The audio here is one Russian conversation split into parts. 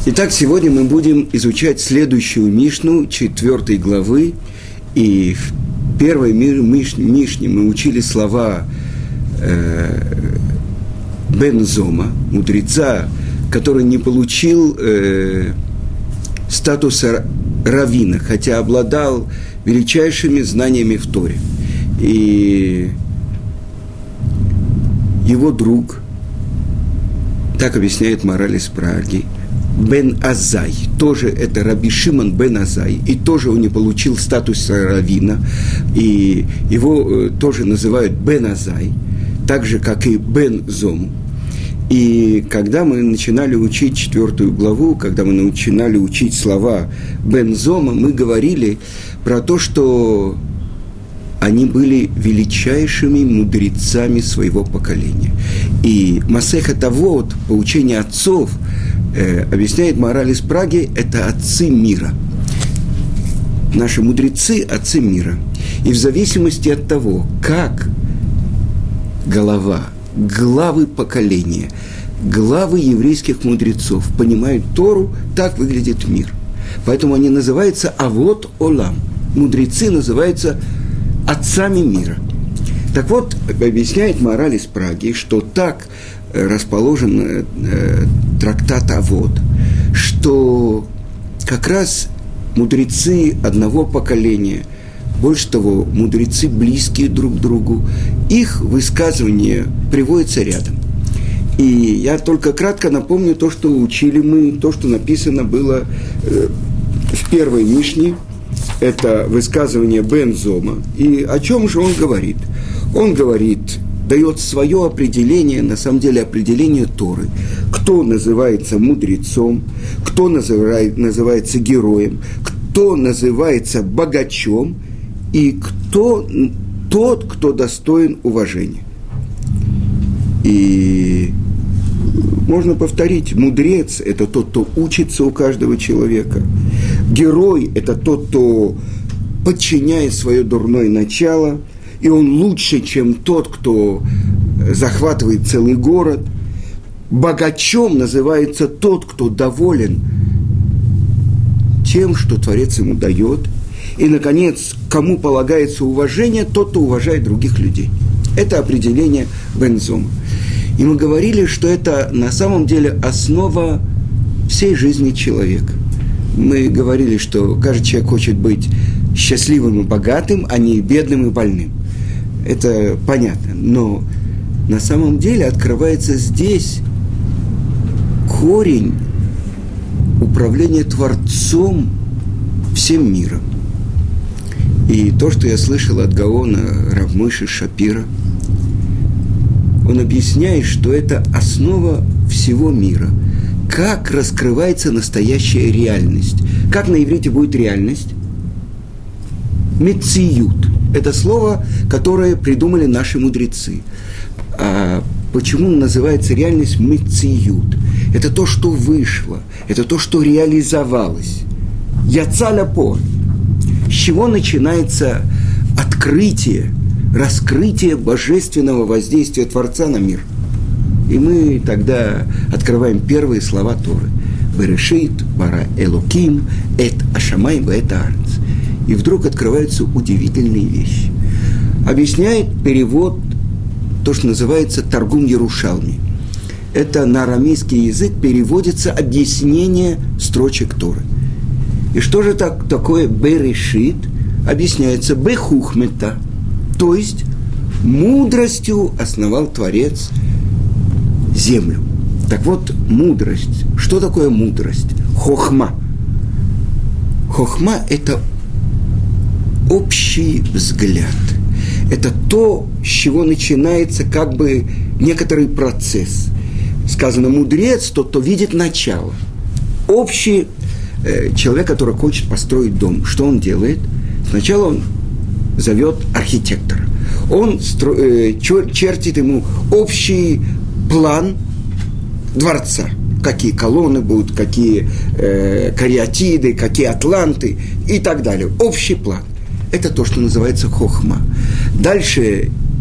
Итак, сегодня мы будем изучать следующую Мишну, 4 главы. И в первой Мишне мы учили слова Бен Зома, мудреца, который не получил статуса раввина, хотя обладал величайшими знаниями в Торе. И его друг, так объясняет Мораль из Праги, Бен Азай, тоже это Раби Шимон Бен Азай, и тоже он не получил статуса раввина, и его тоже называют Бен Азай, так же, как и Бен Зому. И когда мы начинали учить 4 главу, когда мы начинали учить слова Бен Зома, мы говорили про то, что они были величайшими мудрецами своего поколения. И Масехет Авот, поучение отцов, объясняет Мораль из Праги, это отцы мира. Наши мудрецы – отцы мира. И в зависимости от того, как главы поколения, главы еврейских мудрецов понимают Тору, так выглядит мир. Поэтому они называются Авот Олам. Мудрецы называются отцами мира. Так вот, объясняет Мораль из Праги, что так расположен трактат Авот, что как раз мудрецы одного поколения, больше того, мудрецы близкие друг к другу, их высказывания приводятся рядом. И я только кратко напомню то, что учили мы, то, что написано было в первой Мишне, это высказывание Бен Зома. И о чем же он говорит? Он говорит, дает свое определение, на самом деле определение Торы. Кто называется мудрецом, кто называется героем, кто называется богачом, и кто тот, кто достоин уважения. И можно повторить, мудрец – это тот, кто учится у каждого человека. Герой – это тот, кто подчиняет свое дурное начало, и он лучше, чем тот, кто захватывает целый город. Богачом называется тот, кто доволен тем, что Творец ему дает. И, наконец, кому полагается уважение, тот, кто уважает других людей. Это определение Бен Зома. И мы говорили, что это на самом деле основа всей жизни человека. Мы говорили, что каждый человек хочет быть счастливым и богатым, а не бедным и больным. Это понятно. Но на самом деле открывается здесь корень управления Творцом всем миром. И то, что я слышал от Гаона Рав Мойше Шапира, он объясняет, что это основа всего мира. Как раскрывается настоящая реальность. Как на иврите будет реальность? Мециют. Это слово, которое придумали наши мудрецы. А почему называется реальность мециют? Это то, что вышло. Это то, что реализовалось. Яцаля по. С чего начинается открытие, раскрытие божественного воздействия Творца на мир? И мы тогда открываем первые слова Торы. «Берешит бара элоким эт ашамай вэт аарец». И вдруг открываются удивительные вещи. Объясняет перевод, то, что называется Таргум Ярушалми. Это на арамейский язык переводится объяснение строчек Торы. И что же такое «берешит»? Объясняется «бехухмета», то есть мудростью основал Творец землю. Так вот, мудрость. Что такое мудрость? Хохма. Хохма – это общий взгляд. Это то, с чего начинается как бы некоторый процесс. Сказано «мудрец» – тот, кто видит начало. Общий человек, который хочет построить дом, что он делает? Сначала он зовет архитектора. Он чертит ему общий план дворца. Какие колонны будут, какие кариатиды, какие атланты и так далее. Общий план. Это то, что называется хохма. Дальше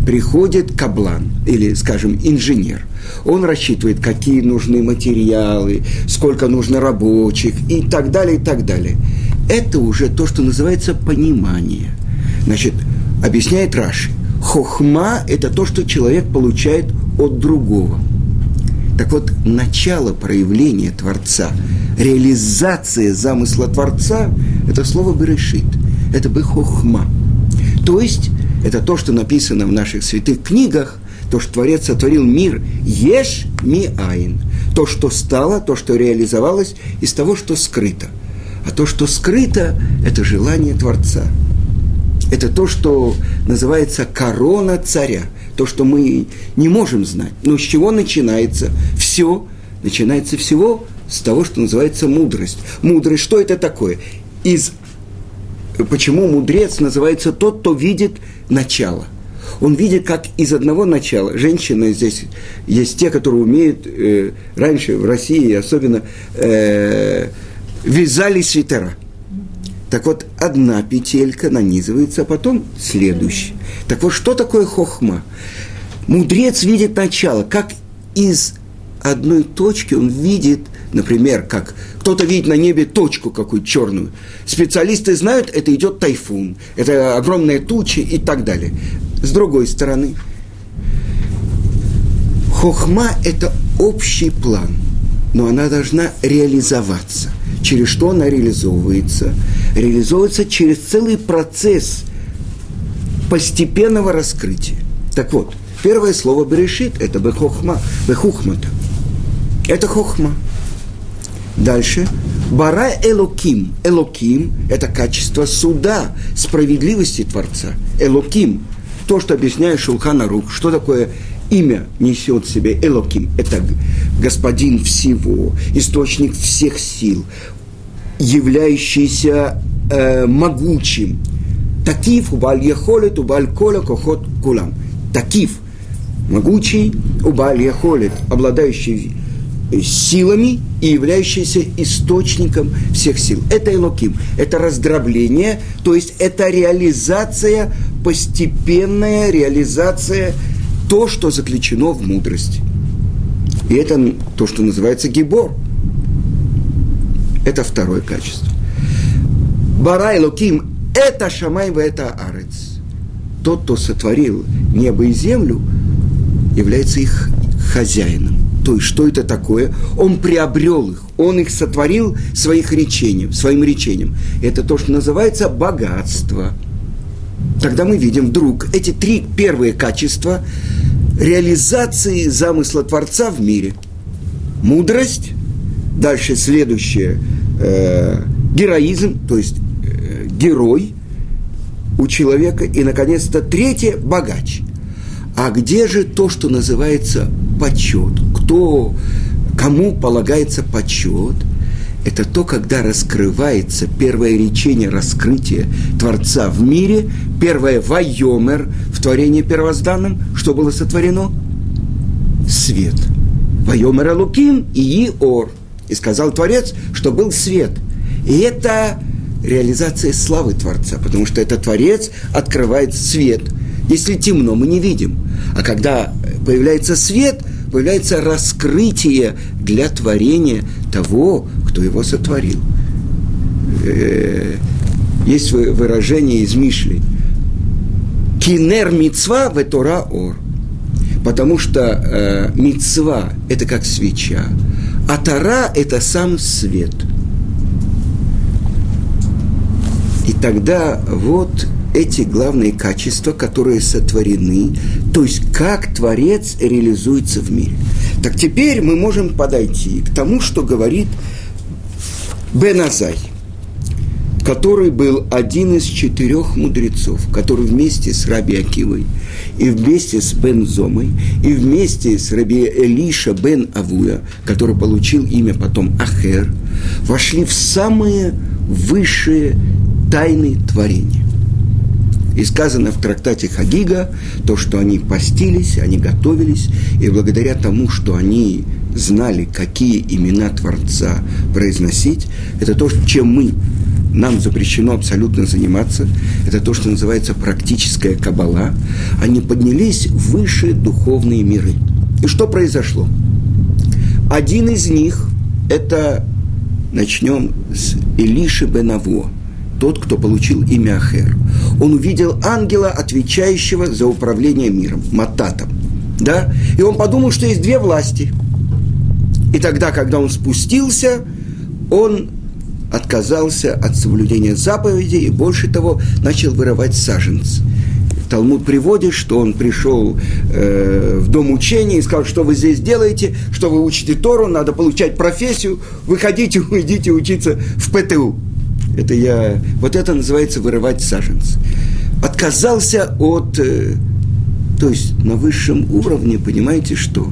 приходит каблан, или, скажем, инженер. Он рассчитывает, какие нужны материалы, сколько нужно рабочих и так далее, и так далее. Это уже то, что называется понимание. Значит, объясняет Раши. Хохма – это то, что человек получает от другого. Так вот, начало проявления Творца, реализация замысла Творца – это слово «берешит», это «бехохма». То есть, это то, что написано в наших святых книгах, то, что Творец сотворил мир «еш ми айн», то, что стало, то, что реализовалось из того, что скрыто. А то, что скрыто – это желание Творца. Это то, что называется корона царя, то, что мы не можем знать. Но с чего начинается все? Начинается всего с того, что называется мудрость. Мудрость, что это такое? Почему мудрец называется тот, кто видит начало? Он видит, как из одного начала. Женщины здесь есть те, которые умеют, раньше в России особенно, вязали свитера. Так вот, одна петелька нанизывается, а потом следующая. Так вот, что такое хохма? Мудрец видит начало, как из одной точки он видит, например, как кто-то видит на небе точку какую-то черную. Специалисты знают, это идет тайфун, это огромные тучи и так далее. С другой стороны, хохма – это общий план, но она должна реализоваться. Через что она реализовывается? Реализовывается через целый процесс постепенного раскрытия. Так вот, первое слово «берешит» – это «бехохма», «бехухмата». Это хохма. Дальше. «Бара элоким». Элоким – это качество суда, справедливости Творца. Элоким – то, что объясняет Шулхан Арух. Что такое имя несет в себе Элоким? Это Господин всего, источник всех сил, являющийся могучим. Такив убаль яхолет, убаль коля кохот кулам. Такив могучий, убаль яхолет, обладающий силами и являющийся источником всех сил. Это Элоким, это раздробление, то есть это реализация, постепенная реализация, то, что заключено в мудрости. И это то, что называется гибор. Это второе качество. Бара Элоким – это шамай ва это арец. Тот, кто сотворил небо и землю, является их хозяином. То есть, что это такое? Он приобрел их, он их сотворил своим речением. Это то, что называется богатство. Тогда мы видим вдруг эти три первые качества реализации замысла Творца в мире. Мудрость, дальше следующее героизм, то есть герой у человека, и, наконец-то, третье – богач. А где же то, что называется почет? Кому полагается почет? Это то, когда раскрывается первое речение раскрытия Творца в мире, первое «вайомер» в творении первозданном, что было сотворено? Свет. «Вайомер Элоким и ор». И сказал Творец, что был свет. И это реализация славы Творца, потому что это Творец открывает свет. Если темно, мы не видим. А когда появляется свет, появляется раскрытие для творения того, кто его сотворил. Есть выражение из Мишли. «Кинер мицва ве Тора ор». Потому что мицва – это как свеча, а Тора – это сам свет. И тогда вот эти главные качества, которые сотворены, то есть как Творец реализуется в мире. Так теперь мы можем подойти к тому, что говорит Бен Азай, который был один из 4 мудрецов, который вместе с Раби Акивой, и вместе с Бен Зомой, и вместе с Раби Элиша бен Авуя, который получил имя потом Ахер, вошли в самые высшие тайны творения. И сказано в трактате Хагига, то, что они постились, они готовились, и благодаря тому, что они знали, какие имена Творца произносить, это то, чем мы нам запрещено абсолютно заниматься, это то, что называется практическая каббала, они поднялись выше духовные миры. И что произошло? Один из них, это, начнем с Элиши бен Аво, тот, кто получил имя Ахер. Он увидел ангела, отвечающего за управление миром, Мататом. Да? И он подумал, что есть две власти. И тогда, когда он спустился, он отказался от соблюдения заповедей и, больше того, начал вырывать саженцы. Талмуд приводит, что он пришел в дом учения и сказал, что вы здесь делаете, что вы учите Тору, надо получать профессию, выходите, идите учиться в ПТУ. Вот это называется вырывать саженцы. Отказался от... то есть на высшем уровне, понимаете, что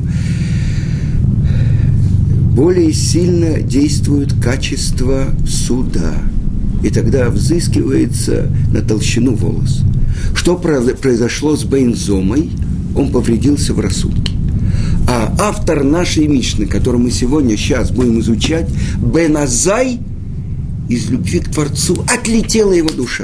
более сильно действует качество суда. И тогда взыскивается на толщину волос. Что произошло с Бейнзомой? Он повредился в рассудке. А автор нашей Мишны, которую мы сейчас будем изучать, Бен Азай, из любви к Творцу отлетела его душа.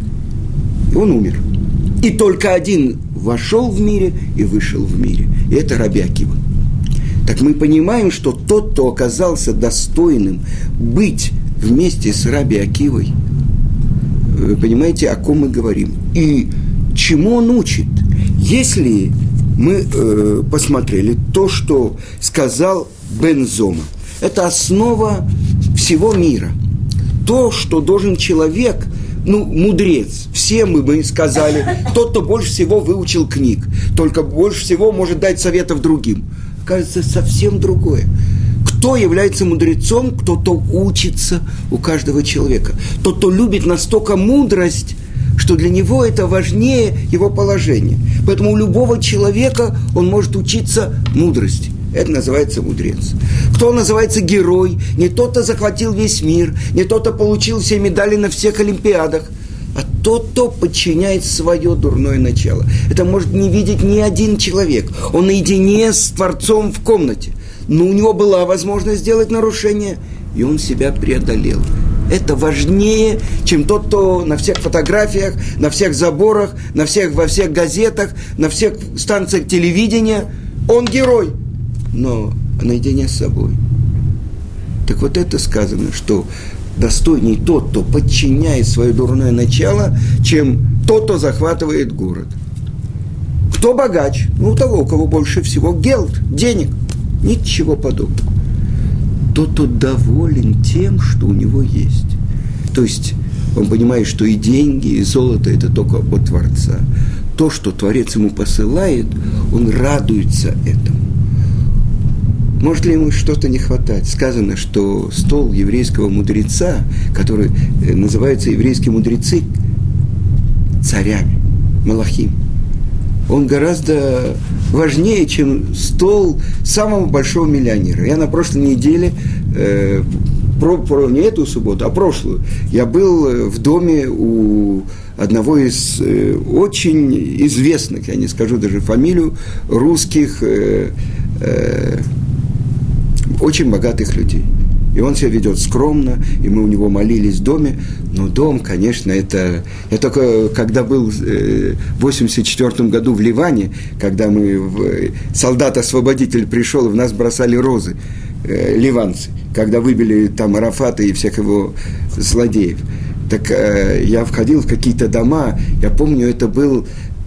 И он умер. И только один вошел в мире и вышел в мире. И это Раби Акива. Так мы понимаем, что тот, кто оказался достойным быть вместе с Раби Акивой, вы понимаете, о ком мы говорим. И чему он учит? Если мы посмотрели то, что сказал Бензома, это основа всего мира. То, что должен человек, мудрец, все мы бы сказали, тот, кто больше всего выучил книг, только больше всего может дать советов другим. Кажется, совсем другое. Кто является мудрецом? Кто-то учится у каждого человека. Тот, кто любит настолько мудрость, что для него это важнее его положения. Поэтому у любого человека он может учиться мудрости. Это называется мудрец. Кто называется герой? Не тот, кто захватил весь мир, не тот, кто получил все медали на всех олимпиадах, а тот, кто подчиняет свое дурное начало. Это может не видеть ни один человек. Он наедине с Творцом в комнате. Но у него была возможность сделать нарушение, и он себя преодолел. Это важнее, чем тот, кто на всех фотографиях, на всех заборах, во всех газетах, на всех станциях телевидения. Он герой, но наедине с собой. Так вот это сказано, что достойней тот, кто подчиняет свое дурное начало, чем тот, кто захватывает город. Кто богач? У того, у кого больше всего гелд, денег. Ничего подобного. Тот, кто доволен тем, что у него есть. То есть он понимает, что и деньги, и золото – это только от Творца. То, что Творец ему посылает, он радуется этому. Может ли ему что-то не хватать? Сказано, что стол еврейского мудреца, который называется еврейские мудрецы царями, малахим, он гораздо важнее, чем стол самого большого миллионера. Я на прошлой неделе, не эту субботу, а прошлую, я был в доме у одного из очень известных, я не скажу даже фамилию, русских, очень богатых людей. И он себя ведет скромно, и мы у него молились в доме. Но дом, конечно, это... Я только, когда был в 1984 году в Ливане, когда солдат-освободитель пришел, и в нас бросали розы, ливанцы, когда выбили там Арафата и всех его злодеев. Так я входил в какие-то дома, я помню, это был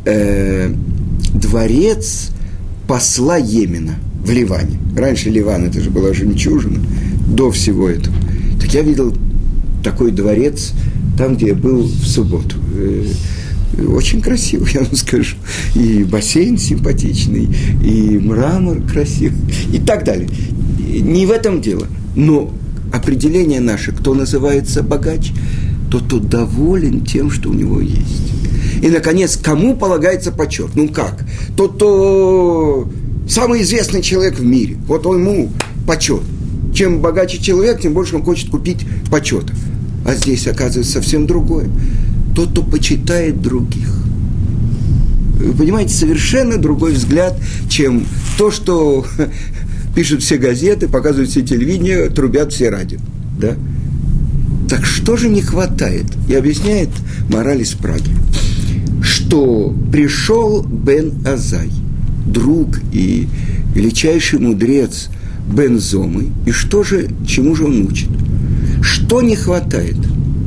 дворец посла Йемена в Ливане. Раньше Ливан, это же была жемчужина, до всего этого. Так я видел такой дворец, там, где я был в субботу. Очень красиво, я вам скажу. И бассейн симпатичный, и мрамор красивый, и так далее. Не в этом дело. Но определение наше, кто называется богач, тот, кто доволен тем, что у него есть. И, наконец, кому полагается почет? Как? Тот, кто самый известный человек в мире. Вот он ему почет. Чем богаче человек, тем больше он хочет купить почетов. А здесь, оказывается, совсем другое. Тот, кто почитает других. Вы понимаете, совершенно другой взгляд, чем то, что пишут все газеты, показывают все телевидение, трубят все радио. Да? Так что же не хватает? И объясняет мораль из Праги, что пришел Бен Азай, друг и величайший мудрец Бен Зомы, и что же, чему же он учит? Что не хватает?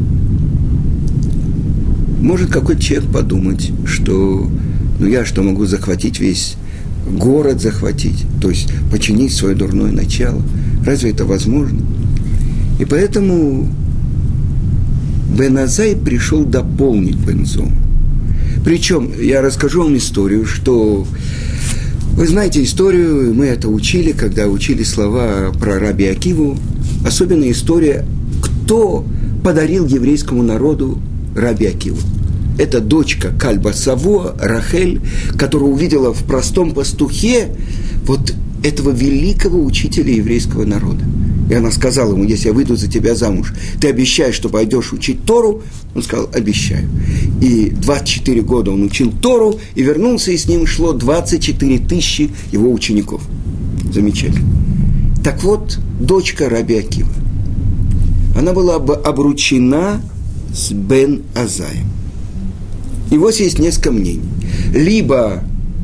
Может какой-то человек подумать, что я что, могу захватить весь город, захватить, то есть починить свое дурное начало? Разве это возможно? И поэтому Бен Азай пришел дополнить Бен Зому. Причем, я расскажу вам историю, что вы знаете историю, мы это учили, когда учили слова про Раби Акиву, особенно история, кто подарил еврейскому народу Раби Акиву. Это дочка Кальба Савуа, Рахель, которая увидела в простом пастухе вот этого великого учителя еврейского народа. И она сказала ему: если я выйду за тебя замуж, ты обещаешь, что пойдешь учить Тору? Он сказал: обещаю. И 24 года он учил Тору, и вернулся, и с ним шло 24 тысячи его учеников. Замечательно. Так вот, дочка Раби Акивы, она была обручена с Бен Азаем. И вот есть несколько мнений. Либо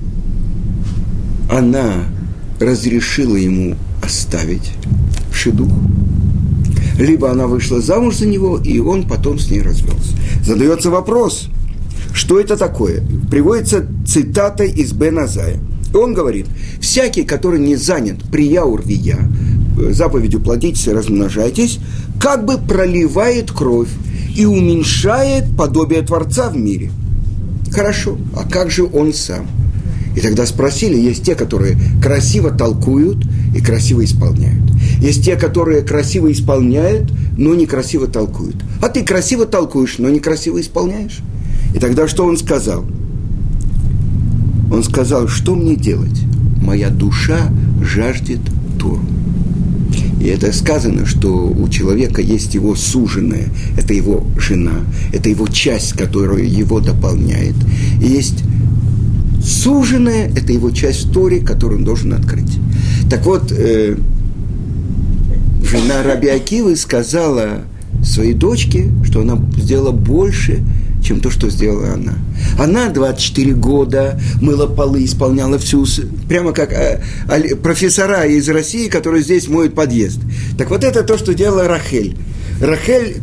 она разрешила ему оставить шидух, либо она вышла замуж за него, и он потом с ней развелся. Задается вопрос, что это такое? Приводится цитата из Бен Азая. И он говорит: всякий, который не занят прияур вия, заповедью плодитесь и размножайтесь, как бы проливает кровь и уменьшает подобие Творца в мире. Хорошо, а как же он сам? И тогда спросили, есть те, которые красиво толкуют и красиво исполняют. Есть те, которые красиво исполняют, но некрасиво толкуют. А ты красиво толкуешь, но некрасиво исполняешь. И тогда что он сказал? Он сказал: что мне делать? Моя душа жаждет Тору. И это сказано, что у человека есть его суженая, это его жена, это его часть, которая его дополняет. И есть суженая, это его часть в Торе, которую он должен открыть. Так вот, жена Раби Акивы сказала своей дочке, что она сделала больше, чем то, что сделала она. Она 24 года мыла полы, исполняла всю, прямо как профессора из России, которые здесь моют подъезд. Так вот это то, что делала Рахель. Рахель,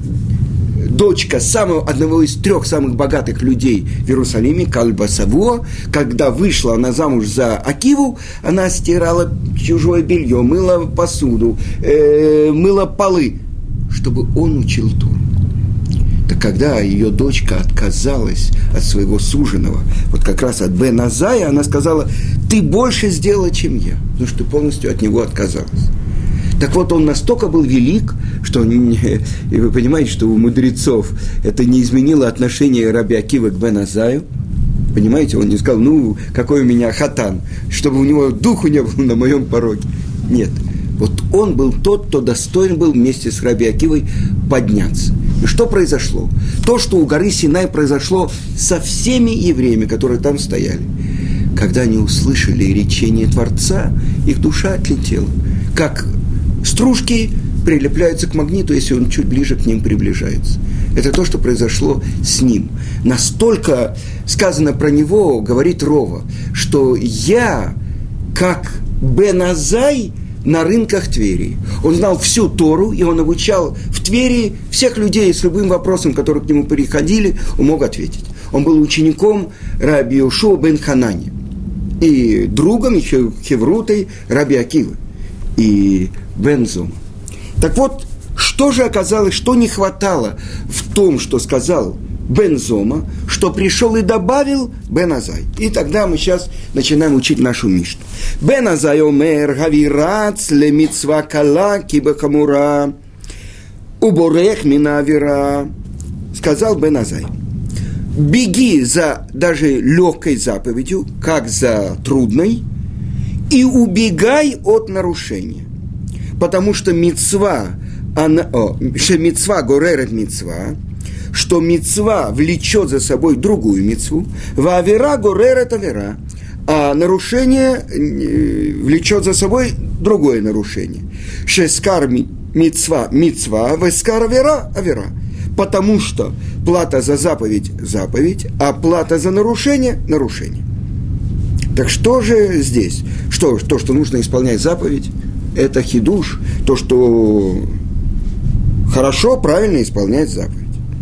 дочка одного из 3 самых богатых людей в Иерусалиме, Кальба Савуа, когда вышла она замуж за Акиву, она стирала чужое белье, мыла посуду, мыла полы, чтобы он учил Тору. Так когда ее дочка отказалась от своего суженого, вот как раз от Бен Азая, она сказала: ты больше сделала, чем я, потому что ты полностью от него отказалась. Так вот, он настолько был велик, что и вы понимаете, что у мудрецов это не изменило отношение Раби Акивы к Бен Азаю. Понимаете, он не сказал: какой у меня хатан, чтобы у него духу не было на моем пороге. Нет. Вот он был тот, кто достоин был вместе с Раби Акивой подняться. И что произошло? То, что у горы Синай произошло со всеми евреями, которые там стояли. Когда они услышали речение Творца, их душа отлетела. Как стружки прилепляются к магниту, если он чуть ближе к ним приближается. Это то, что произошло с ним. Настолько сказано про него, говорит Рова, что я, как Бен Азай, на рынках Твери. Он знал всю Тору, и он обучал в Твери всех людей с любым вопросом, которые к нему приходили, он мог ответить. Он был учеником Раби Йошуа бен Ханани и другом, и хеврутой Раби Акивы и Бен Зома. Так вот, что же оказалось, что не хватало в том, что сказал Бен Зома, что пришел и добавил Бен Азай. И тогда мы сейчас начинаем учить нашу Мишну. Бен Азай омер гавирац ле мицва кала киба хамура уборех мина авира. Сказал Бен Азай: беги за даже легкой заповедью, как за трудной, и убегай от нарушения. Потому что мицва, мицва горерет мицва, что мицва влечет за собой другую мицву, ва авера горерет авера, а нарушение влечет за собой другое нарушение. Шескар мицва, вескар авера. Потому что плата за заповедь, а плата за нарушение. Так что же здесь? То, что нужно исполнять заповедь, это хидуш, то, что хорошо, правильно исполнять заповедь.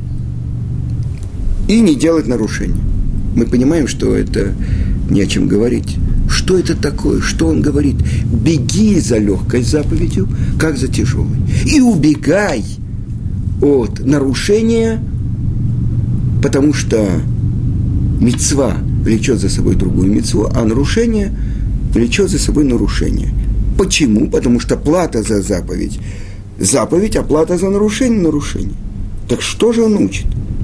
И не делать нарушений. Мы понимаем, что это не о чем говорить. Что это такое? Что он говорит? Беги за легкой заповедью, как за тяжелой. И убегай от нарушения, потому что мицва влечет за собой другую мицву, а нарушение влечет за собой нарушение. Почему? Потому что плата за заповедь, а плата за нарушение. Так что же он учит?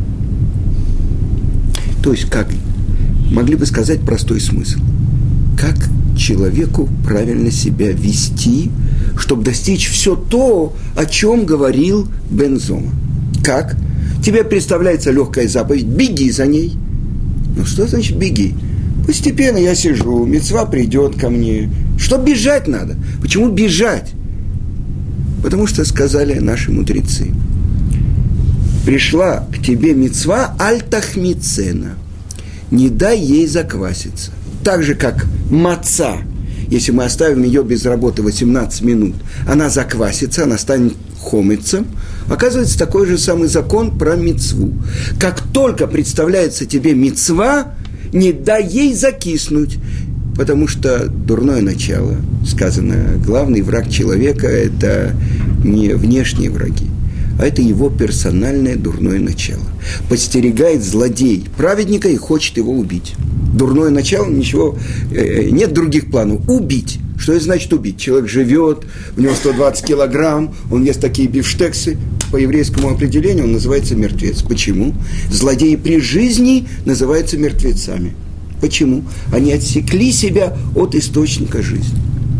То есть, как могли бы сказать простой смысл. Как человеку правильно себя вести, чтобы достичь все то, о чем говорил Бен Зома. Как? Тебе представляется легкая заповедь, беги за ней. Ну, что значит беги? Постепенно я сижу, мицва придет ко мне. Что бежать надо? Почему бежать? Потому что сказали наши мудрецы. Пришла к тебе мицва аль-тахмицена. Не дай ей закваситься. Так же, как маца, если мы оставим ее без работы 18 минут, она заквасится, она станет хомицем. Оказывается, такой же самый закон про мицву. Как только представляется тебе мицва, не дай ей закиснуть. Потому что дурное начало, сказано, главный враг человека – это не внешние враги, а это его персональное дурное начало. Подстерегает злодей праведника и хочет его убить. Дурное начало, ничего, нет других планов. Убить. Что это значит убить? Человек живет, у него 120 килограмм, он ест такие бифштексы. По еврейскому определению он называется мертвец. Почему? Злодеи при жизни называются мертвецами. Почему? Они отсекли себя от источника жизни.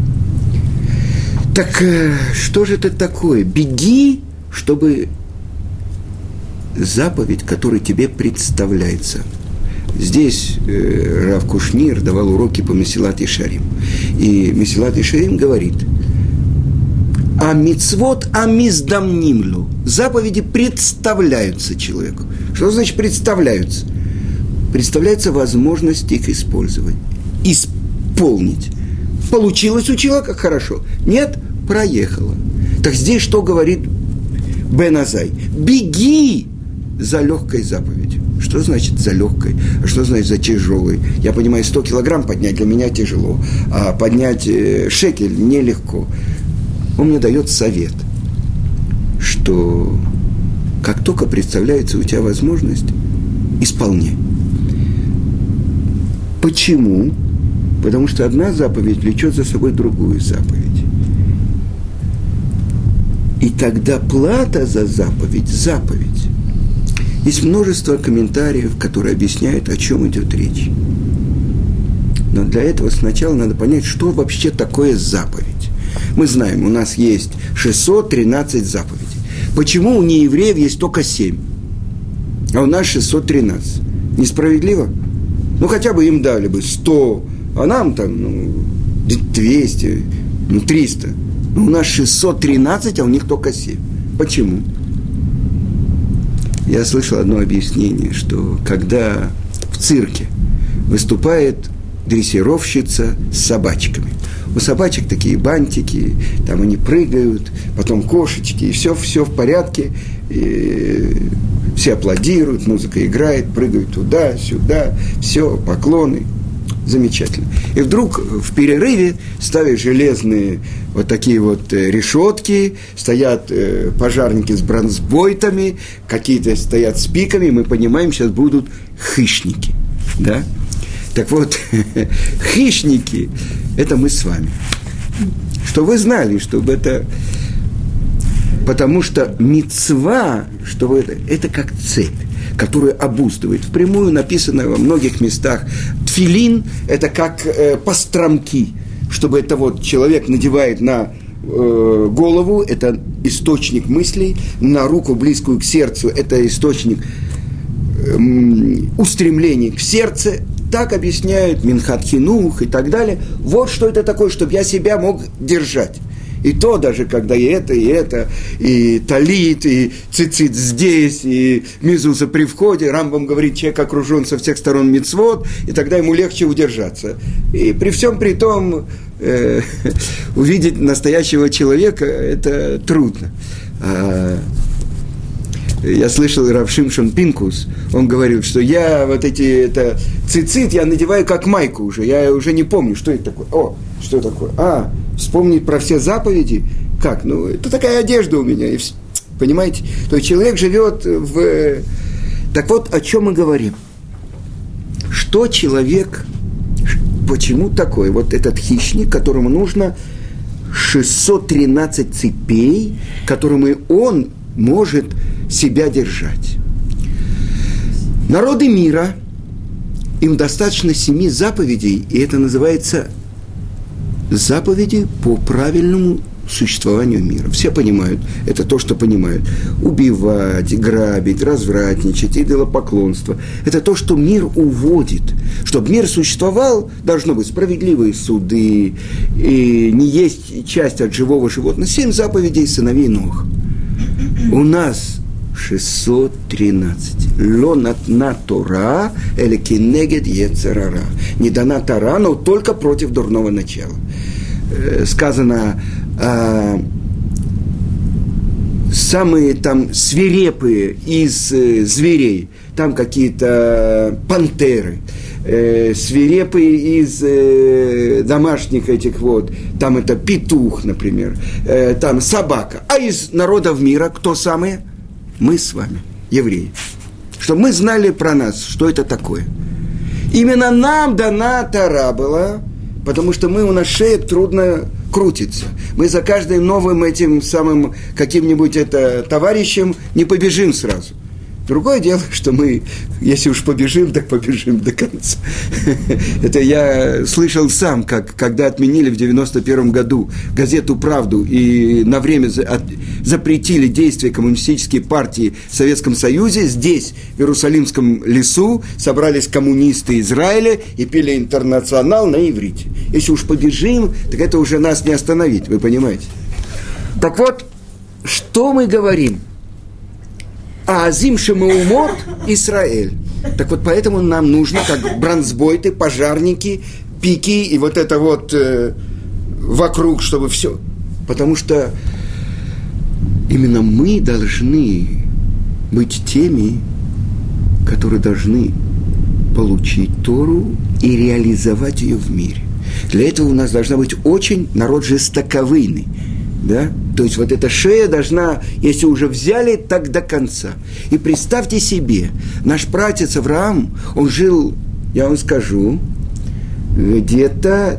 Так что же это такое? Беги, чтобы заповедь, которая тебе представляется. Здесь Рав Кушнир давал уроки по Месилат Ешарим. И Месилат Ешарим говорит: а мицвот амиздамнимлю. Заповеди представляются человеку. Что значит представляются? Представляется возможность их использовать, исполнить. Получилось у человека хорошо. Нет, проехало. Так здесь что говорит Бен Азай? Беги за легкой заповедью. Что значит за легкой? А что значит за тяжелой? Я понимаю, 100 килограмм поднять для меня тяжело, а поднять шекель нелегко. Он мне дает совет, что как только представляется у тебя возможность, исполняй. Почему? Потому что одна заповедь влечет за собой другую заповедь. И тогда плата за заповедь. Есть множество комментариев, которые объясняют, о чем идет речь. Но для этого сначала надо понять, что вообще такое заповедь. Мы знаем, у нас есть 613 заповедей. Почему у неевреев есть только 7, а у нас 613? Несправедливо? Ну, хотя бы им дали бы 100, а нам там 200, 300. Но у нас 613, а у них только 7. Почему? Я слышал одно объяснение, что когда в цирке выступает дрессировщица с собачками, у собачек такие бантики, там они прыгают, потом кошечки, и все в порядке, и все аплодируют, музыка играет, прыгают туда-сюда, все, поклоны. Замечательно. И вдруг в перерыве ставят железные вот такие вот решетки, стоят пожарники с бронзбойтами, какие-то стоят с пиками, и мы понимаем, сейчас будут хищники. Да? Так вот, хищники – это мы с вами. Что вы знали, чтобы это… Потому что мицва, чтобы это как цепь, которую обуздывает. Впрямую написано во многих местах. Тфилин – это как постромки, чтобы это вот человек надевает на голову, это источник мыслей, на руку, близкую к сердцу, это источник устремлений к сердцу. Так объясняют Минхат Хинух и так далее. Вот что это такое, чтобы я себя мог держать. И то даже, когда и талит, и цицит здесь, и мизуза при входе, Рамбам говорит, человек окружен со всех сторон мицвот, и тогда ему легче удержаться. И при всем при том, увидеть настоящего человека, это трудно. Я слышал Рав Шимшон Пинкус, он говорил, что я цицит я надеваю как майку уже, я уже не помню, что это такое. Что такое? Вспомнить про все заповеди? Как? Это такая одежда у меня. Понимаете? То есть человек живет в... Так вот, о чем мы говорим? Что человек... Почему такой? Вот этот хищник, которому нужно 613 цепей, которыми он может себя держать. Народы мира, им достаточно 7 заповедей, и это называется заповеди по правильному существованию мира. Все понимают, это то, что понимают. Убивать, грабить, развратничать, идолопоклонство. Это то, что мир уводит. Чтобы мир существовал, должно быть справедливые суды, и не есть часть от живого животного. 7 заповедей сыновей Ноха. У нас 613. Ло натна Тора, эле кенегед ецер ара. Не дана Тора, но только против дурного начала. Сказано, самые там свирепые из зверей, там какие-то пантеры, свирепые из домашних этих там это петух, например, там собака. А из народов мира кто самые? Мы с вами, евреи. Чтобы мы знали про нас, что это такое. Именно нам дана Тора была, потому что у нас шея трудно крутится. Мы за каждым новым этим самым каким-нибудь товарищем не побежим сразу. Другое дело, что мы, если уж побежим, так побежим до конца. Это я слышал сам, когда отменили в 91 году газету «Правду» и на время запретили действия коммунистической партии в Советском Союзе, здесь, в Иерусалимском лесу, собрались коммунисты Израиля и пели «Интернационал» на иврите. Если уж побежим, так это уже нас не остановить, вы понимаете? Так вот, что мы говорим? Аазим шемаумот Исраэль. Так вот, поэтому нам нужно, как бронзбойты, пожарники, пики и вокруг, чтобы все. Потому что именно мы должны быть теми, которые должны получить Тору и реализовать ее в мире. Для этого у нас должна быть очень народ жестоковыйный. Да? То есть эта шея должна, если уже взяли, так до конца. И представьте себе, наш пратец Авраам, он жил, я вам скажу, где-то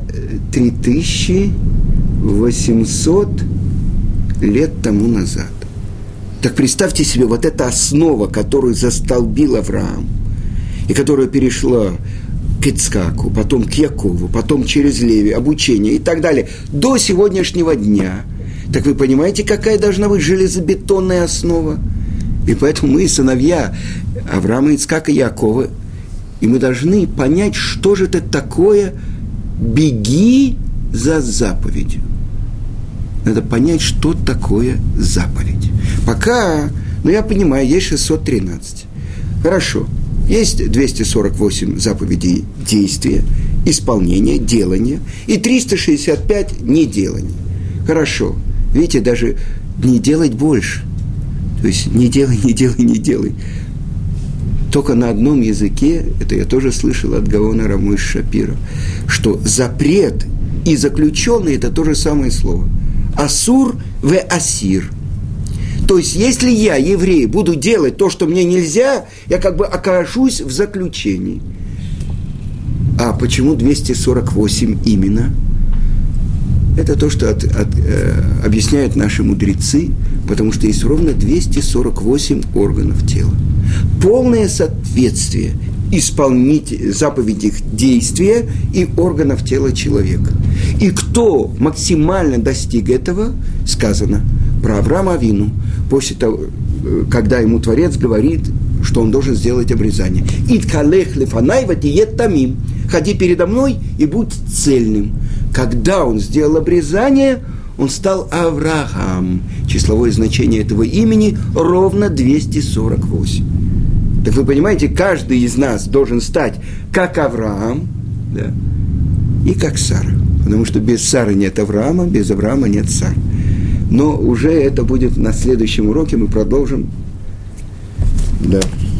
3800 лет тому назад. Так представьте себе, эта основа, которую застолбил Авраам, и которая перешла к Ицхаку, потом к Якову, потом через Леви, обучение и так далее, до сегодняшнего дня. Так вы понимаете, какая должна быть железобетонная основа? И поэтому мы, сыновья Авраама, Ицхака и Якова, и мы должны понять, что же это такое «беги за заповедью». Надо понять, что такое заповедь. Пока, я понимаю, есть 613. Хорошо, есть 248 заповедей действия, исполнения, делания, и 365 неделания. Хорошо. Видите, даже не делать больше. То есть не делай. Только на одном языке, это я тоже слышал от Гаона Рамойши Шапира, что запрет и заключенный – это то же самое слово. Асур ве асир. То есть, если я, еврей, буду делать то, что мне нельзя, я окажусь в заключении. А почему 248 именно? Это то, что объясняют наши мудрецы, потому что есть ровно 248 органов тела. Полное соответствие исполнить заповедей действия и органов тела человека. И кто максимально достиг этого, сказано про Авраама Авину, после того, когда ему Творец говорит, что он должен сделать обрезание. «Иткалех лефанай ватиет тамим». «Ходи передо мной и будь цельным». Когда он сделал обрезание, он стал Авраам. Числовое значение этого имени ровно 248. Так вы понимаете, каждый из нас должен стать как Авраам, да, и как Сара. Потому что без Сары нет Авраама, без Авраама нет Сары. Но уже это будет на следующем уроке, мы продолжим. Да.